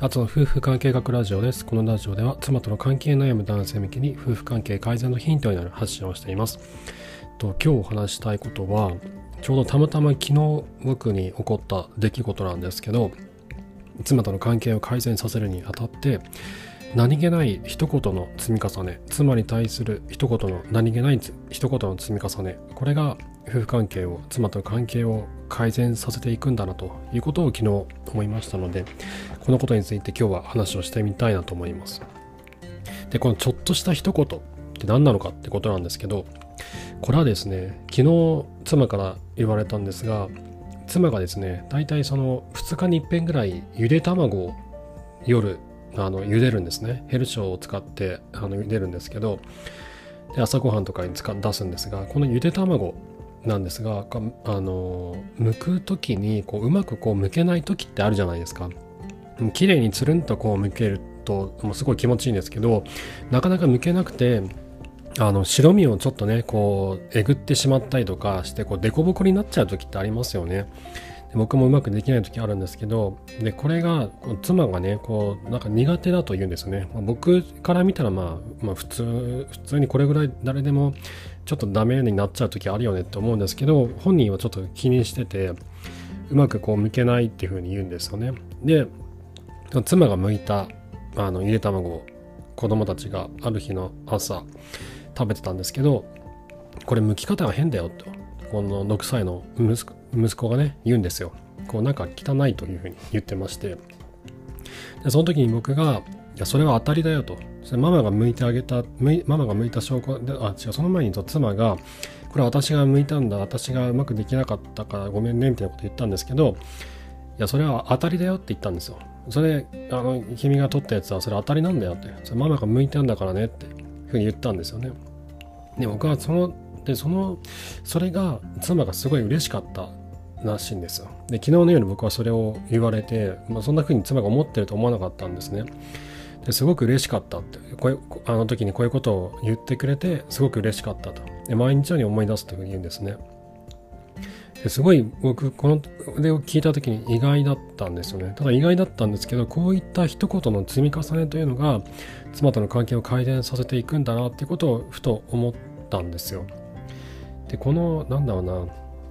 の夫婦関係学ラジオです。このラジオでは妻との関係悩む男性向けに夫婦関係改善のヒントになる発信をしています。今日お話したいことはちょうどたまたま昨日僕に起こった出来事なんですけど、妻との関係を改善させるにあたって何気ない一言の積み重ね、妻に対する一言の何気ない一言の積み重ね、これが夫婦関係を、妻との関係を改善させていくんだなということを昨日思いましたので、このことについて今日は話をしてみたいなと思います。で、このちょっとした一言って何なのかってことなんですけど、これはですね、昨日妻から言われたんですが、妻がですね、だいたいその2日に1遍ぐらいゆで卵を夜茹でるんですね。ヘルシオを使って茹でるんですけど、で朝ごはんとかに出すんですが、このゆで卵なんですが、剥く時にうまく剥けない時ってあるじゃないですか。綺麗につるんと剥けるとすごい気持ちいいんですけど、なかなか剥けなくて、白身をちょっとねえぐってしまったりとかしてデコボコになっちゃう時ってありますよね。僕もうまくできない時あるんですけど、でこれが妻がねなんか苦手だと言うんですね。僕から見たら普通にこれぐらい誰でもちょっとダメになっちゃう時あるよねって思うんですけど、本人はちょっと気にしててうまく剥けないっていう風に言うんですよね。で妻が剥いたゆで卵を子供たちがある日の朝食べてたんですけど、これ剥き方が変だよとこの6歳の息子がね言うんですよ。なんか汚いというふうに言ってまして、でその時に僕がいやそれは当たりだよと、それママが剥いた証拠で、違う、その前に妻がこれは私が剥いたんだ、私がうまくできなかったからごめんねみたいなこと言ったんですけど、いやそれは当たりだよって言ったんですよ。それ君が取ったやつはそれ当たりなんだよって、それママが剥いたんだからねっていうふうに言ったんですよね。で僕はそれが妻がすごい嬉しかったらしいんですよ。で昨日の夜僕はそれを言われて、そんな風に妻が思ってると思わなかったんですね。ですごく嬉しかったって、あの時にこういうことを言ってくれてすごく嬉しかったと。で毎日のように思い出すというふうに言うんですね。ですごい僕このでを聞いた時に意外だったんですよね。ただ意外だったんですけど、こういった一言の積み重ねというのが妻との関係を改善させていくんだなっていうことをふと思ったんですよ。でなんだろうな、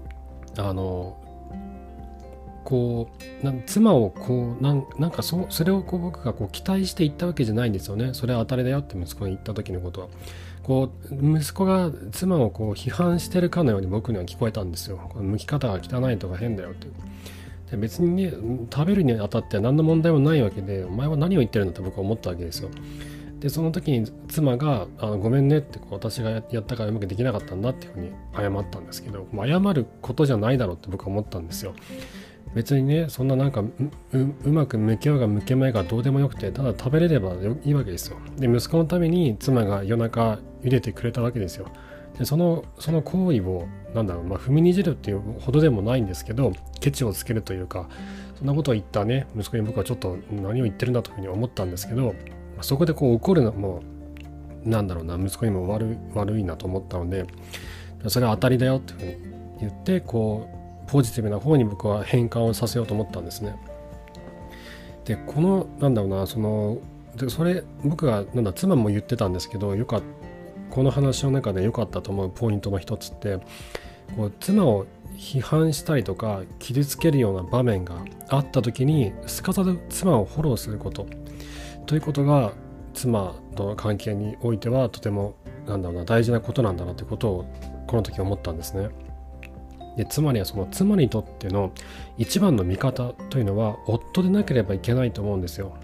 妻をなんかそれを僕が期待して言ったわけじゃないんですよね。それは当たりだよって息子に言った時のことは息子が妻を批判してるかのように僕には聞こえたんですよ。剥き方が汚いとか変だよって。で別にね食べるにあたっては何の問題もないわけで、お前は何を言ってるんだって僕は思ったわけですよ。でその時に妻がごめんねって私がやったからうまくできなかったんだっていうふうに謝ったんですけど、謝ることじゃないだろうって僕は思ったんですよ。別にねそんななんかうまく剥けようが剥けまいがどうでもよくて、ただ食べれればいいわけですよ。で息子のために妻が夜中茹でてくれたわけですよ。でその行為を踏みにじるっていうほどでもないんですけど、ケチをつけるというか、そんなことを言ったね息子に僕はちょっと何を言ってるんだというふうに思ったんですけど、そこで怒るのも息子にも悪いなと思ったので、それは当たりだよっていうふうに言ってポジティブな方に僕は変換をさせようと思ったんですね。でそれ僕が妻も言ってたんですけど、この話の中で良かったと思うポイントの一つって、妻を批判したりとか傷つけるような場面があった時にすかさず妻をフォローすることということが妻との関係においてはとても大事なことなんだなということをこの時思ったんですね。でつまりはその妻にとっての一番の味方というのは夫でなければいけないと思うんですよ。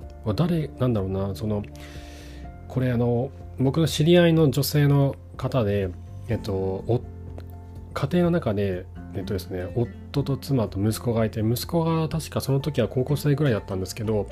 これ僕の知り合いの女性の方で、家庭の中で夫と妻と息子がいて、息子が確かその時は高校生ぐらいだったんですけど、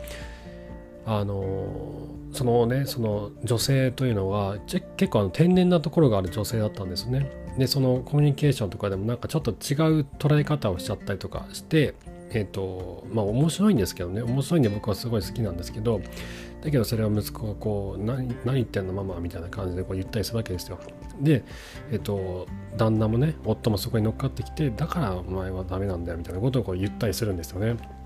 その女性というのは結構天然なところがある女性だったんですね。でそのコミュニケーションとかでもちょっと違う捉え方をしちゃったりとかして、面白いんですけどね、面白いんで僕はすごい好きなんですけど、だけどそれを息子が何言ってんのママみたいな感じで言ったりするわけですよ。で、旦那もね夫もそこに乗っかってきて、だからお前はダメなんだよみたいなことを言ったりするんですよね。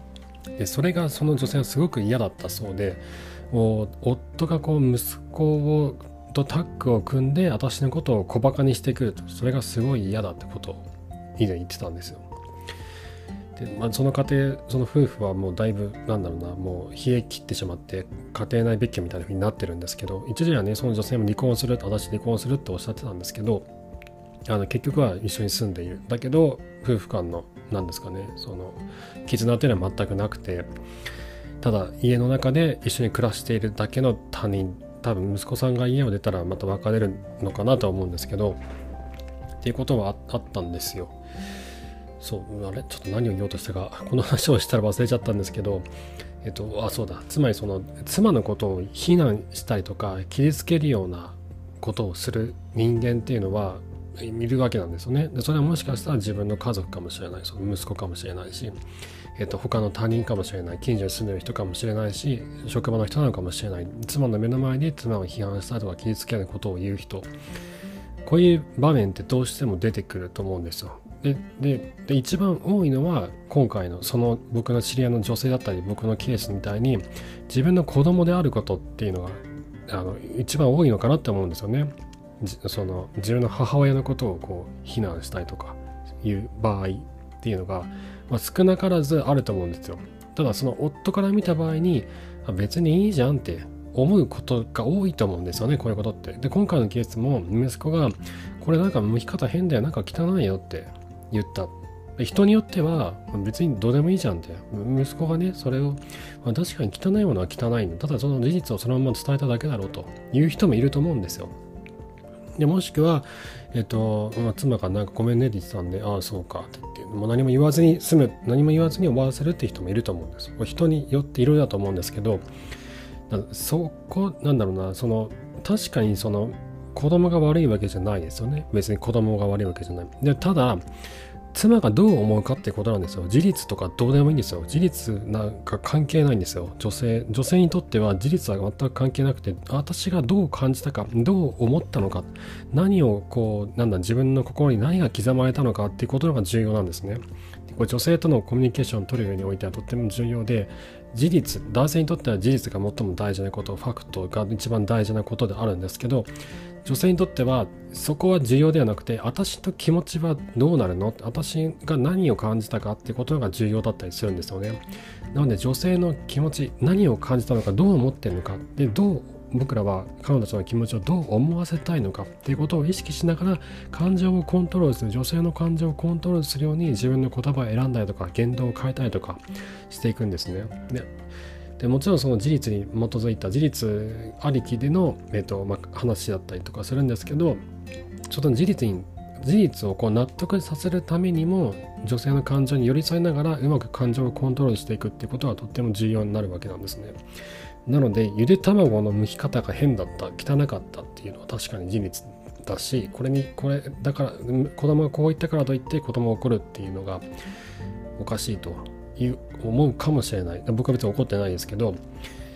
でそれがその女性はすごく嫌だったそうで、夫がこう息子とタッグを組んで私のことを小バカにしてくると、それがすごい嫌だってことを以前言ってたんですよ。で、その家庭、その夫婦はもうだいぶもう冷え切ってしまって家庭内別居みたいな風になってるんですけど、一時はねその女性も離婚する、私離婚するっておっしゃってたんですけど、結局は一緒に住んでいる。だけど夫婦間のその絆っていうのは全くなくて、ただ家の中で一緒に暮らしているだけの他人、多分息子さんが家を出たらまた別れるのかなとは思うんですけど、っていうことはあったんですよ。そう、ちょっと何を言おうとしたか、この話をしたら忘れちゃったんですけど、そうだ、つまりその妻のことを非難したりとか傷つけるようなことをする人間っていうのはいるわけなんですよね。でそれはもしかしたら自分の家族かもしれない、その息子かもしれないし、他の他人かもしれない、近所に住んでる人かもしれないし、職場の人なのかもしれない。妻の目の前で妻を批判したりとか傷つけることを言う人、こういう場面ってどうしても出てくると思うんですよ。で一番多いのは今回のその僕の知り合いの女性だったり僕のケースみたいに自分の子供であることっていうのが一番多いのかなって思うんですよね。その自分の母親のことをこう非難したりとかいう場合っていうのが、少なからずあると思うんですよ。ただその夫から見た場合に別にいいじゃんって思うことが多いと思うんですよね、こういうことって。で今回のケースも息子がこれなんか剥き方変だよ、なんか汚いよって言った。人によっては別にどうでもいいじゃんって、息子がねそれを、確かに汚いものは汚いの、ただその事実をそのまま伝えただけだろうという人もいると思うんですよ。でもしくは、妻がなんかごめんねって言ってたんで、ああそうかって言って、もう何も言わずに済む、何も言わずに終わらせるっていう人もいると思うんです。人によっていろいろだと思うんですけど、そこその確かにその子供が悪いわけじゃないですよね。別に子供が悪いわけじゃない。でただ妻がどう思うかってことなんですよ。事実とかどうでもいいんですよ。事実なんか関係ないんですよ。女性にとっては事実は全く関係なくて、私がどう感じたか、どう思ったのか、何を自分の心に何が刻まれたのかっていうことが重要なんですね。これ女性とのコミュニケーションを取る上においてはとっても重要で、男性にとっては事実が最も大事なこと、ファクトが一番大事なことであるんですけど、女性にとってはそこは重要ではなくて、私と気持ちはどうなるの、私が何を感じたかってことが重要だったりするんですよね。なので女性の気持ち、何を感じたのか、どう思ってるのか、で僕らは彼女の気持ちをどう思わせたいのかっていうことを意識しながら感情をコントロールする、女性の感情をコントロールするように自分の言葉を選んだりとか言動を変えたりとかしていくんですね。でもちろんその事実に基づいた事実ありきでの、話だったりとかするんですけど、その事実をこう納得させるためにも女性の感情に寄り添いながらうまく感情をコントロールしていくっていうことはとっても重要になるわけなんですね。なのでゆで卵の剥き方が変だった、汚かったっていうのは確かに事実だし、これだから子供がこう言ったからといって子供が怒るっていうのがおかしいと思うかもしれない。僕は別に怒ってないですけど、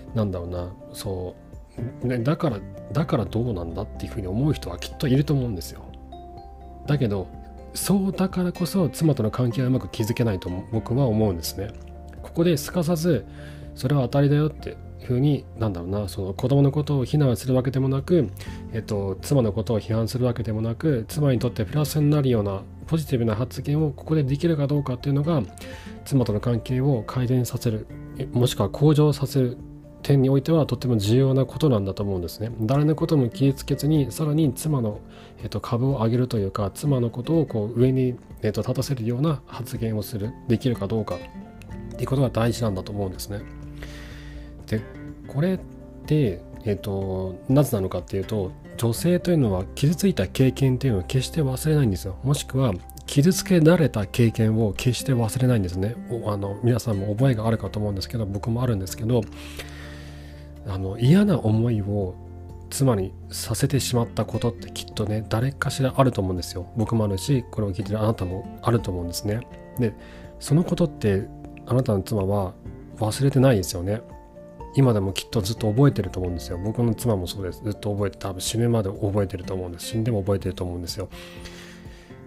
だからどうなんだっていうふうに思う人はきっといると思うんですよ。だけどそうだからこそ妻との関係はうまく築けないと僕は思うんですね。ここですかさずそれは当たりだよっていうふうにその子供のことを非難するわけでもなく、妻のことを批判するわけでもなく、妻にとってプラスになるようなポジティブな発言をここでできるかどうかっていうのが妻との関係を改善させる、もしくは向上させる点においてはとても重要なことなんだと思うんですね。誰のことも傷つけずに、さらに妻の、株を上げるというか、妻のことをこう上に、立たせるような発言をできるかどうかっていうことが大事なんだと思うんですね。でこれってなぜなのかっていうと、女性というのは傷ついた経験っていうのを決して忘れないんですよ。もしくは傷つけられた経験を決して忘れないんですね。皆さんも覚えがあるかと思うんですけど、僕もあるんですけど、嫌な思いを妻にさせてしまったことってきっとね、誰かしらあると思うんですよ。僕もあるし、これを聞いてるあなたもあると思うんですね。でそのことってあなたの妻は忘れてないですよね。今でもきっとずっと覚えてると思うんですよ。僕の妻もそうです。ずっと覚えて、多分死ぬまで覚えてると思うんです。死んでも覚えてると思うんですよ。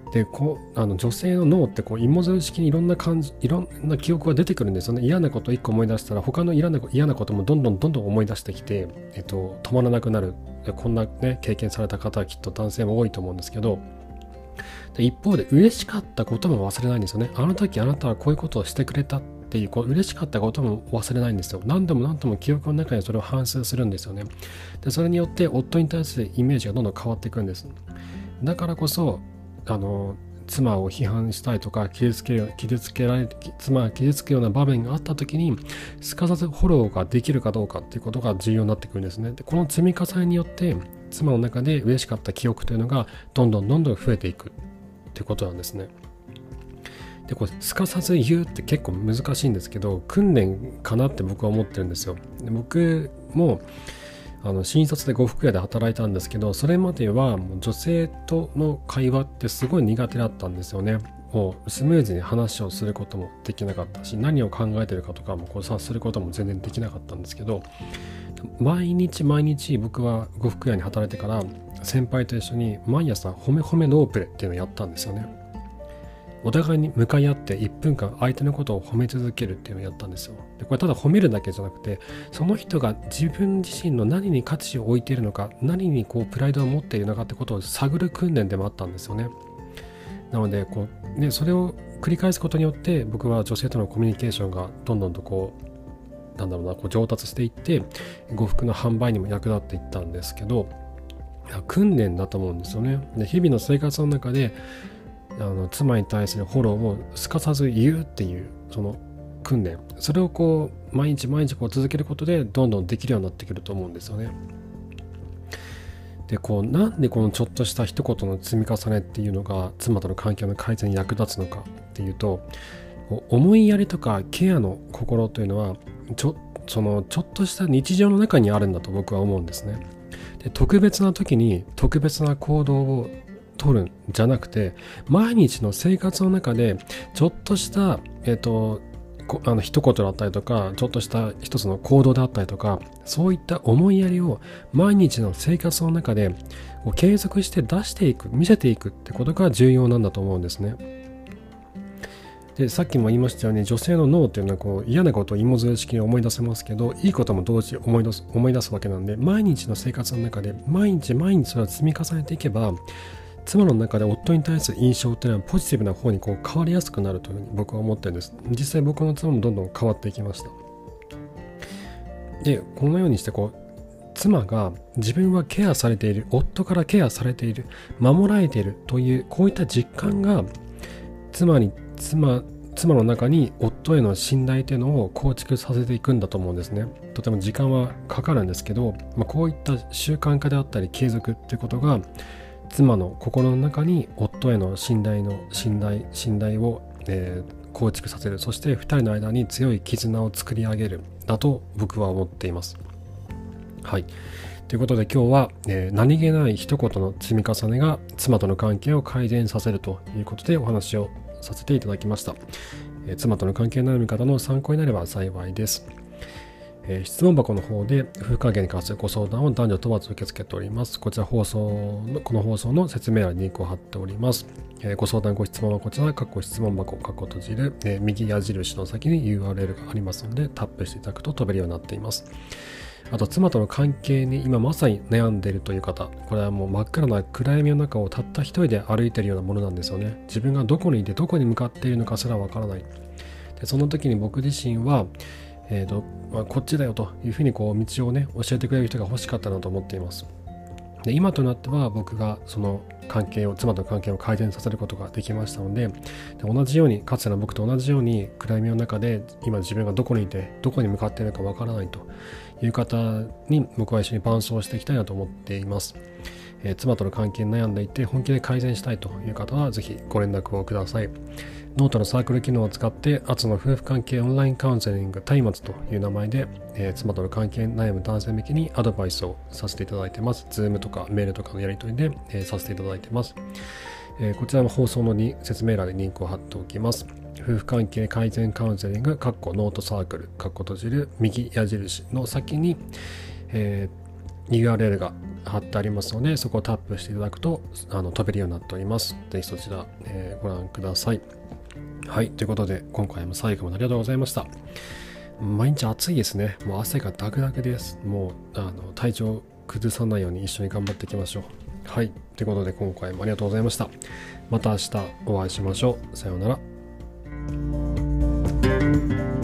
で女性の脳って芋づる式にいろんな記憶が出てくるんですよね。嫌なこと1個思い出したら他の嫌なこともどんどん思い出してきて、止まらなくなる。こんなね経験された方はきっと男性も多いと思うんですけど、で一方で嬉しかったことも忘れないんですよね。あの時あなたはこういうことをしてくれたっていう、嬉しかったことも忘れないんですよ。何度も記憶の中にそれを反芻するんですよね。でそれによって夫に対するイメージがどんどん変わっていくんです。だからこそ妻を批判したいとか妻が傷つけるような場面があった時にすかさずフォローができるかどうかっていうことが重要になってくるんですね。でこの積み重ねによって妻の中で嬉しかった記憶というのがどんどん増えていくっていうことなんですね。でこれすかさず言うって結構難しいんですけど、訓練かなって僕は思ってるんですよ。で僕も新卒で呉服屋で働いたんですけど、それまではもう女性との会話ってすごい苦手だったんですよね。もうスムーズに話をすることもできなかったし、何を考えてるかとかも察することも全然できなかったんですけど、毎日僕は呉服屋に働いてから先輩と一緒に毎朝褒めロープレっていうのをやったんですよね。お互いに向かい合って1分間相手のことを褒め続けるっていうのをやったんですよ。でこれただ褒めるだけじゃなくて、その人が自分自身の何に価値を置いているのか、何にプライドを持っているのかってことを探る訓練でもあったんですよね。なのでそれを繰り返すことによって僕は女性とのコミュニケーションがどんどんと上達していって呉服の販売にも役立っていったんですけど、訓練だと思うんですよね。で日々の生活の中で妻に対するフォローをすかさず言うっていうその訓練、それを毎日続けることでどんどんできるようになってくると思うんですよね。でなんでこのちょっとした一言の積み重ねっていうのが妻との関係の改善に役立つのかっていうと、思いやりとかケアの心というのはちょっとした日常の中にあるんだと僕は思うんですね。で特別な時に特別な行動を取るんじゃなくて、毎日の生活の中でちょっとした一言だったりとか、ちょっとした一つの行動であったりとか、そういった思いやりを毎日の生活の中で継続して出していく、見せていくってことが重要なんだと思うんですね。でさっきも言いましたように、女性の脳っていうのは嫌なことを芋づる式に思い出せますけど、いいことも同時に思い出すわけなんで、毎日の生活の中で毎日それを積み重ねていけば、妻の中で夫に対する印象というのはポジティブな方に変わりやすくなるというふうに僕は思ってるんです。実際僕の妻もどんどん変わっていきました。でこのようにして妻が自分はケアされている、夫からケアされている、守られているというこういった実感が妻の中に夫への信頼というのを構築させていくんだと思うんですね。とても時間はかかるんですけど、こういった習慣化であったり継続ということが妻の心の中に夫への信頼を、構築させる。そして2人の間に強い絆を作り上げるだと僕は思っています。はい。ということで今日は、何気ない一言の積み重ねが妻との関係を改善させるということでお話をさせていただきました。妻との関係の悩み方の参考になれば幸いです。質問箱の方で夫婦関係に関するご相談を男女問わず受け付けております。こちらこの放送の説明欄にリンクを貼っております。ご相談ご質問はこちら、質問箱閉じる、右矢印の先に URL がありますのでタップしていただくと飛べるようになっています。あと妻との関係に今まさに悩んでいるという方、これはもう真っ暗な暗闇の中をたった一人で歩いているようなものなんですよね。自分がどこにいてどこに向かっているのかすらわからない。でその時に僕自身はこっちだよというふうに道をね教えてくれる人が欲しかったなと思っています。で今となっては僕がその妻との関係を改善させることができましたので、同じようにかつての僕と同じように暗闇の中で今自分がどこにいてどこに向かっているのかわからないという方に僕は一緒に伴走していきたいなと思っています。妻との関係に悩んでいて本気で改善したいという方はぜひご連絡をください。ノートのサークル機能を使ってアツの夫婦関係オンラインカウンセリング松明という名前で、妻との関係に悩む男性向けにアドバイスをさせていただいてます。Zoom とかメールとかのやり取りで、させていただいてます。こちらの放送の説明欄にリンクを貼っておきます。夫婦関係改善カウンセリングノートサークル閉じる右矢印の先に、 URL が貼ってありますので、そこをタップしていただくと飛べるようになっております。ぜひそちら、ご覧ください。はい、ということで今回も最後までありがとうございました。毎日暑いですね。もう汗がダクダクです。もう体調崩さないように一緒に頑張っていきましょう。はい、ということで今回もありがとうございました。また明日お会いしましょう。さようなら。